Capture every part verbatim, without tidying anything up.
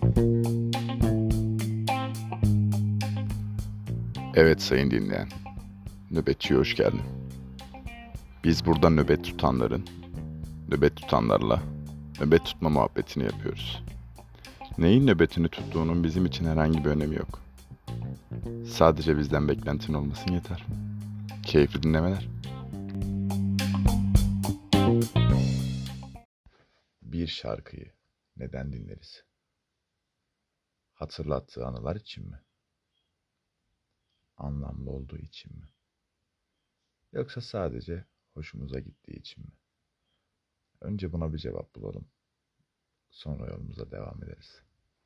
Evet sayın dinleyen, nöbetçiye hoş geldin. Biz burada nöbet tutanların, nöbet tutanlarla nöbet tutma muhabbetini yapıyoruz. Neyin nöbetini tuttuğunun bizim için herhangi bir önemi yok. Sadece bizden beklentin olmasın yeter. Keyifli dinlemeler. Bir şarkıyı neden dinleriz? Hatırlattığı anılar için mi? Anlamlı olduğu için mi? Yoksa sadece hoşumuza gittiği için mi? Önce buna bir cevap bulalım. Sonra yolumuza devam ederiz.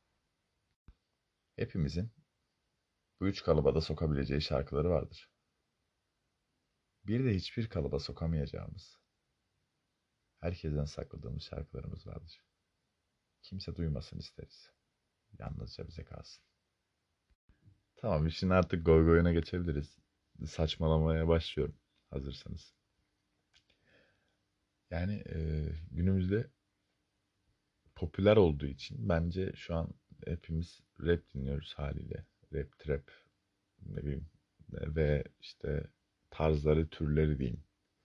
Hepimizin bu üç kalıba da sokabileceği şarkıları vardır. Bir de hiçbir kalıba sokamayacağımız, herkesten sakladığımız şarkılarımız vardır. Kimse duymasın isteriz. Yalnızca bize kalsın. Tamam, işin artık goygoyuna geçebiliriz. Saçmalamaya başlıyorum hazırsanız. Yani e, günümüzde popüler olduğu için bence şu an hepimiz rap dinliyoruz haliyle. Rap, trap, ne bileyim ve işte tarzları, türleri diyeyim.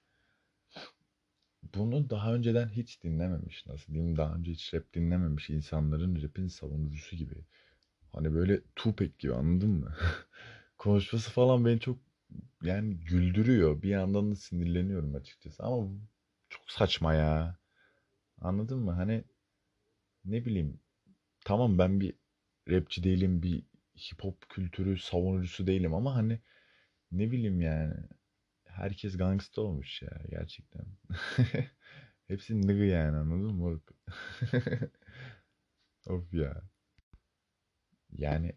Bunu daha önceden hiç dinlememiş, nasıl diyeyim, daha önce hiç rap dinlememiş insanların rap'in savunucusu gibi. Hani böyle Tupac gibi, anladın mı? Konuşması falan beni çok yani güldürüyor. Bir yandan da sinirleniyorum açıkçası. Ama bu çok saçma ya. Anladın mı? Hani ne bileyim, tamam ben bir rapçi değilim, bir hip hop kültürü savunucusu değilim ama hani ne bileyim yani. Herkes gangsta olmuş ya gerçekten. Hepsi nigga yani, anladın mı? Of ya. Yani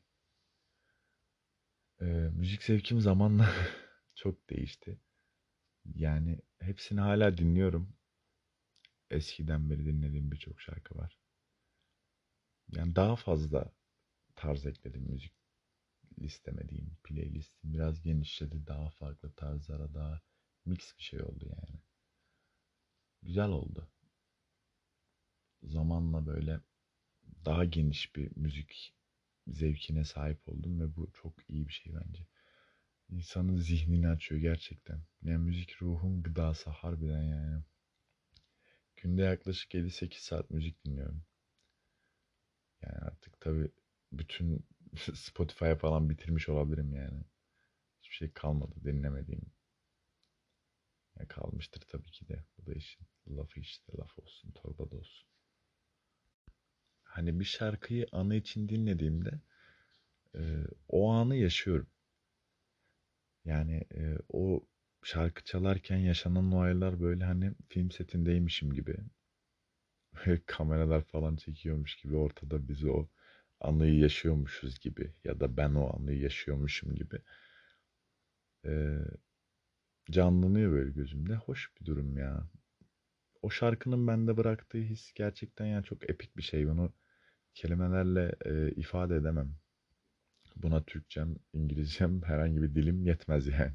e, müzik zevkim zamanla çok değişti. Yani hepsini hala dinliyorum. Eskiden beri dinlediğim birçok şarkı var. Yani daha fazla tarz ekledim müzik listeme diyeyim. Playlistim biraz genişledi. Daha farklı tarzlara, daha mix bir şey oldu yani. Güzel oldu. Zamanla böyle daha geniş bir müzik zevkine sahip oldum ve bu çok iyi bir şey bence. İnsanın zihnini açıyor gerçekten. Yani müzik ruhun gıdası harbiden yani. Günde yaklaşık yedi sekiz saat müzik dinliyorum. Yani artık tabii bütün Spotify'a falan bitirmiş olabilirim yani. Hiçbir şey kalmadı dinlemediğim. Ya kalmıştır tabii ki de. Bu da işin lafı, işte laf olsun, torbada olsun. Hani bir şarkıyı anı için dinlediğimde e, o anı yaşıyorum. Yani e, o şarkı çalarken yaşanan olaylar böyle hani film setindeymişim gibi. Kameralar falan çekiyormuş gibi, ortada biz o anıyı yaşıyormuşuz gibi ya da ben o anıyı yaşıyormuşum gibi e, canlanıyor böyle gözümde. Hoş bir durum ya. O şarkının bende bıraktığı his gerçekten yani çok epik bir şey. Bunu kelimelerle e, ifade edemem. Buna Türkçem, İngilizcem, herhangi bir dilim yetmez yani.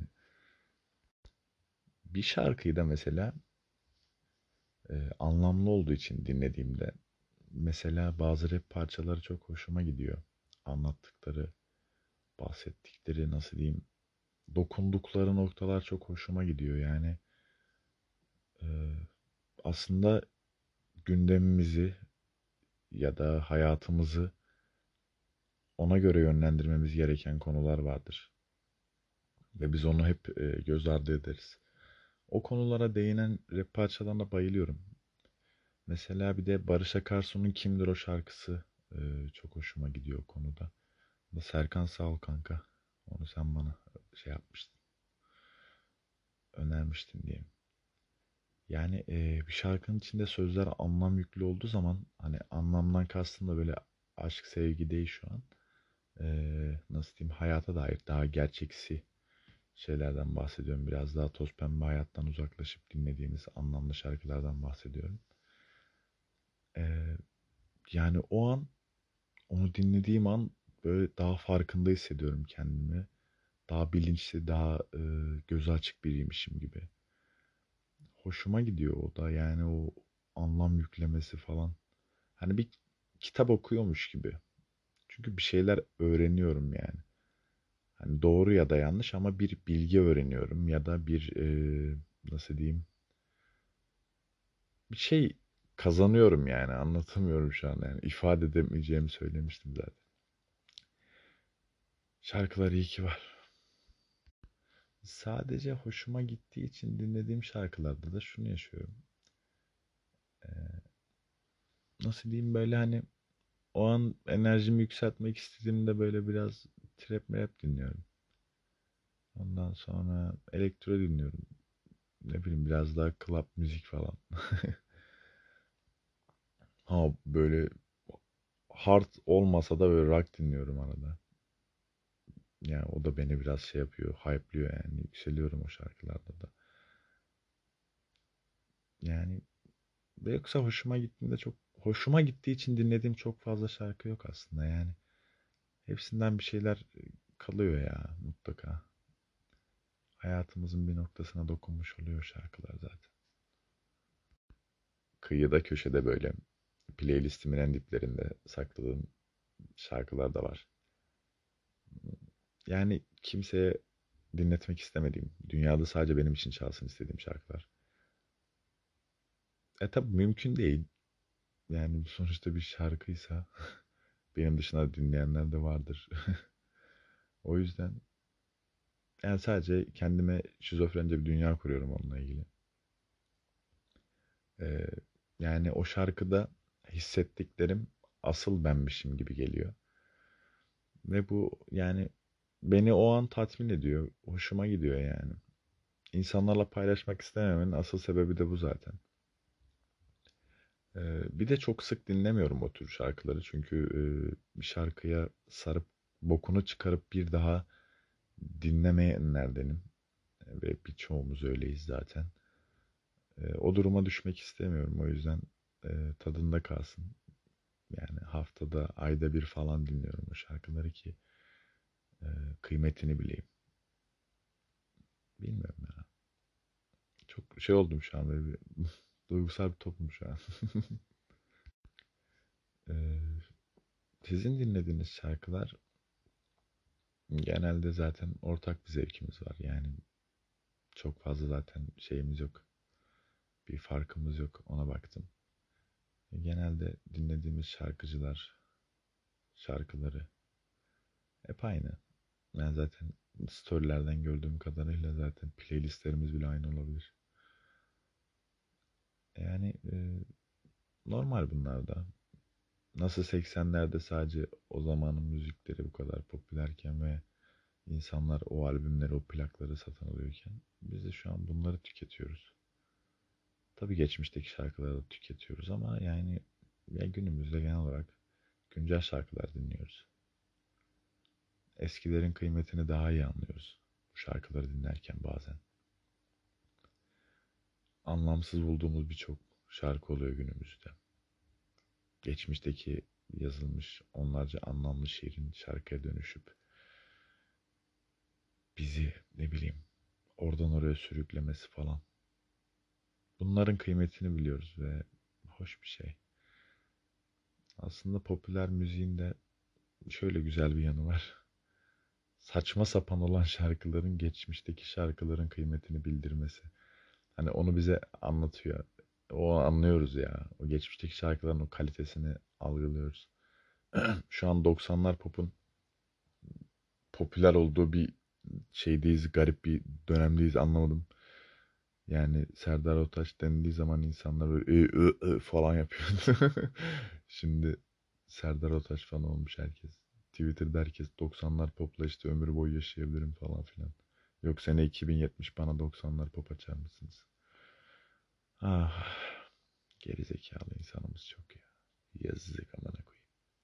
Bir şarkıyı da mesela e, anlamlı olduğu için dinlediğimde, mesela bazı rap parçaları çok hoşuma gidiyor. Anlattıkları, bahsettikleri, nasıl diyeyim, dokundukları noktalar çok hoşuma gidiyor. Yani e, aslında gündemimizi ya da hayatımızı ona göre yönlendirmemiz gereken konular vardır. Ve biz onu hep e, göz ardı ederiz. O konulara değinen rap parçalarına bayılıyorum. Mesela bir de Barış Akarsu'nun Kimdir o şarkısı e, çok hoşuma gidiyor o konuda. Da Serkan sağ ol kanka. Onu sen bana şey yapmıştın, önermiştin diyeyim. Yani e, bir şarkının içinde sözler anlam yüklü olduğu zaman, hani anlamdan kastım da böyle aşk, sevgi değil şu an. E, nasıl diyeyim, hayata dair daha gerçeksi şeylerden bahsediyorum. Biraz daha toz pembe hayattan uzaklaşıp dinlediğimiz anlamlı şarkılardan bahsediyorum. E, yani o an, onu dinlediğim an böyle daha farkında hissediyorum kendimi. Daha bilinçli, daha e, gözü açık biriymişim gibi. Hoşuma gidiyor o da yani, o anlam yüklemesi falan. Hani bir kitap okuyormuş gibi. Çünkü bir şeyler öğreniyorum yani. Hani doğru ya da yanlış ama bir bilgi öğreniyorum ya da bir e, nasıl diyeyim bir şey kazanıyorum yani anlatamıyorum şu an yani ifade edemeyeceğimi söylemiştim zaten. Şarkılar iyi ki var. Sadece hoşuma gittiği için dinlediğim şarkılarda da şunu yaşıyorum. Ee, nasıl diyeyim böyle hani o an enerjimi yükseltmek istediğimde böyle biraz trap rap dinliyorum. Ondan sonra elektro dinliyorum. Ne bileyim biraz daha club müzik falan. Ha böyle hard olmasa da böyle rock dinliyorum arada. Yani o da beni biraz şey yapıyor, hype'lıyor yani. Yükseliyorum o şarkılarda da. Yani ve yoksa hoşuma gittiğinde çok hoşuma gittiği için dinlediğim çok fazla şarkı yok aslında yani. Hepsinden bir şeyler e, kalıyor ya mutlaka. Hayatımızın bir noktasına dokunmuş oluyor şarkılar zaten. Kıyıda köşede böyle playlistimin en diplerinde sakladığım şarkılar da var. Yani kimseye dinletmek istemediğim, dünyada sadece benim için çalsın istediğim şarkılar. E tabi mümkün değil. Yani bu sonuçta bir şarkıysa benim dışında dinleyenler de vardır. O yüzden yani sadece kendime şizofrence bir dünya kuruyorum onunla ilgili. Ee, yani o şarkıda hissettiklerim asıl benmişim gibi geliyor. Ve bu yani beni o an tatmin ediyor. Hoşuma gidiyor yani. İnsanlarla paylaşmak istememenin asıl sebebi de bu zaten. Ee, bir de çok sık dinlemiyorum o tür şarkıları. Çünkü e, bir şarkıya sarıp bokunu çıkarıp bir daha dinlemeyenlerdenim. Ve birçoğumuz öyleyiz zaten. E, o duruma düşmek istemiyorum. O yüzden e, tadında kalsın. Yani haftada, ayda bir falan dinliyorum o şarkıları ki e, kıymetini bileyim. Bilmiyorum ya. Çok şey oldum şu an böyle bir duygusal bir toplum şu an. E, sizin dinlediğiniz şarkılar genelde zaten ortak bir zevkimiz var. Yani çok fazla zaten şeyimiz yok. Bir farkımız yok. Ona baktım. Genelde dinlediğimiz şarkıcılar, şarkıları hep aynı. Ben zaten storylerden gördüğüm kadarıyla zaten playlistlerimiz bile aynı olabilir. Yani e, normal bunlar da. Nasıl seksenlerde sadece o zamanın müzikleri bu kadar popülerken ve insanlar o albümleri, o plakları satın alıyorken biz de şu an bunları tüketiyoruz. Tabii geçmişteki şarkıları da tüketiyoruz ama yani ya günümüzde genel olarak güncel şarkılar dinliyoruz. Eskilerin kıymetini daha iyi anlıyoruz bu şarkıları dinlerken bazen. Anlamsız bulduğumuz birçok şarkı oluyor günümüzde. Geçmişteki yazılmış onlarca anlamlı şiirin şarkıya dönüşüp bizi ne bileyim oradan oraya sürüklemesi falan. Bunların kıymetini biliyoruz ve hoş bir şey. Aslında popüler müziğin de şöyle güzel bir yanı var. Saçma sapan olan şarkıların geçmişteki şarkıların kıymetini bildirmesi. Hani onu bize anlatıyor. O anlıyoruz ya. O geçmişteki şarkıların o kalitesini algılıyoruz. Şu an doksanlar popun popüler olduğu bir şeydeyiz, garip bir dönemdeyiz anlamadım. Yani Serdar Ortaç denildiği zaman insanlar böyle "Ü, ü, ü" falan yapıyordu. Şimdi Serdar Ortaç falan olmuş herkes. Twitter'da herkes doksanlar popla işte ömür boyu yaşayabilirim falan filan. Yok sene iki bin yetmiş bana doksanlar pop açar mısınız? Ah, geri zekalı insanımız çok ya. Yazık amına koyayım.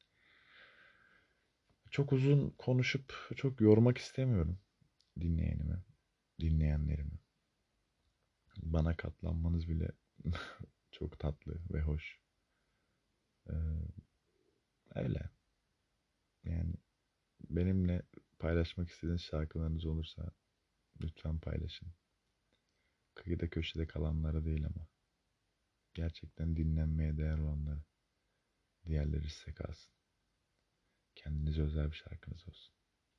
Çok uzun konuşup çok yormak istemiyorum dinleyenimi, dinleyenlerimi. Bana katlanmanız bile çok tatlı ve hoş. Ee, öyle. Yani benimle paylaşmak istediğiniz şarkılarınız olursa lütfen paylaşın. Kıyıda köşede kalanlara değil ama gerçekten dinlenmeye değer olanları. Diğerleri size kalsın. kendinize özel bir şarkınız olsun.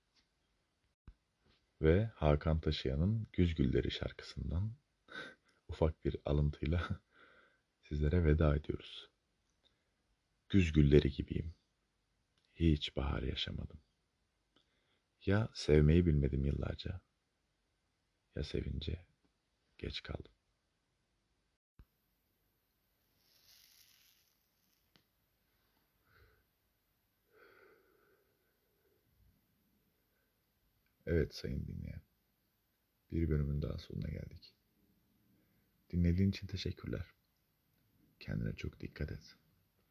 Ve Hakan Taşıyan'ın Güz Gülleri şarkısından ufak bir alıntıyla sizlere veda ediyoruz. Güz gülleri gibiyim. Hiç bahar yaşamadım. Ya sevmeyi bilmedim yıllarca, ya sevince geç kaldım. Evet sayın dinleyen, bir bölümün daha sonuna geldik. Dinlediğin için teşekkürler. Kendine çok dikkat et.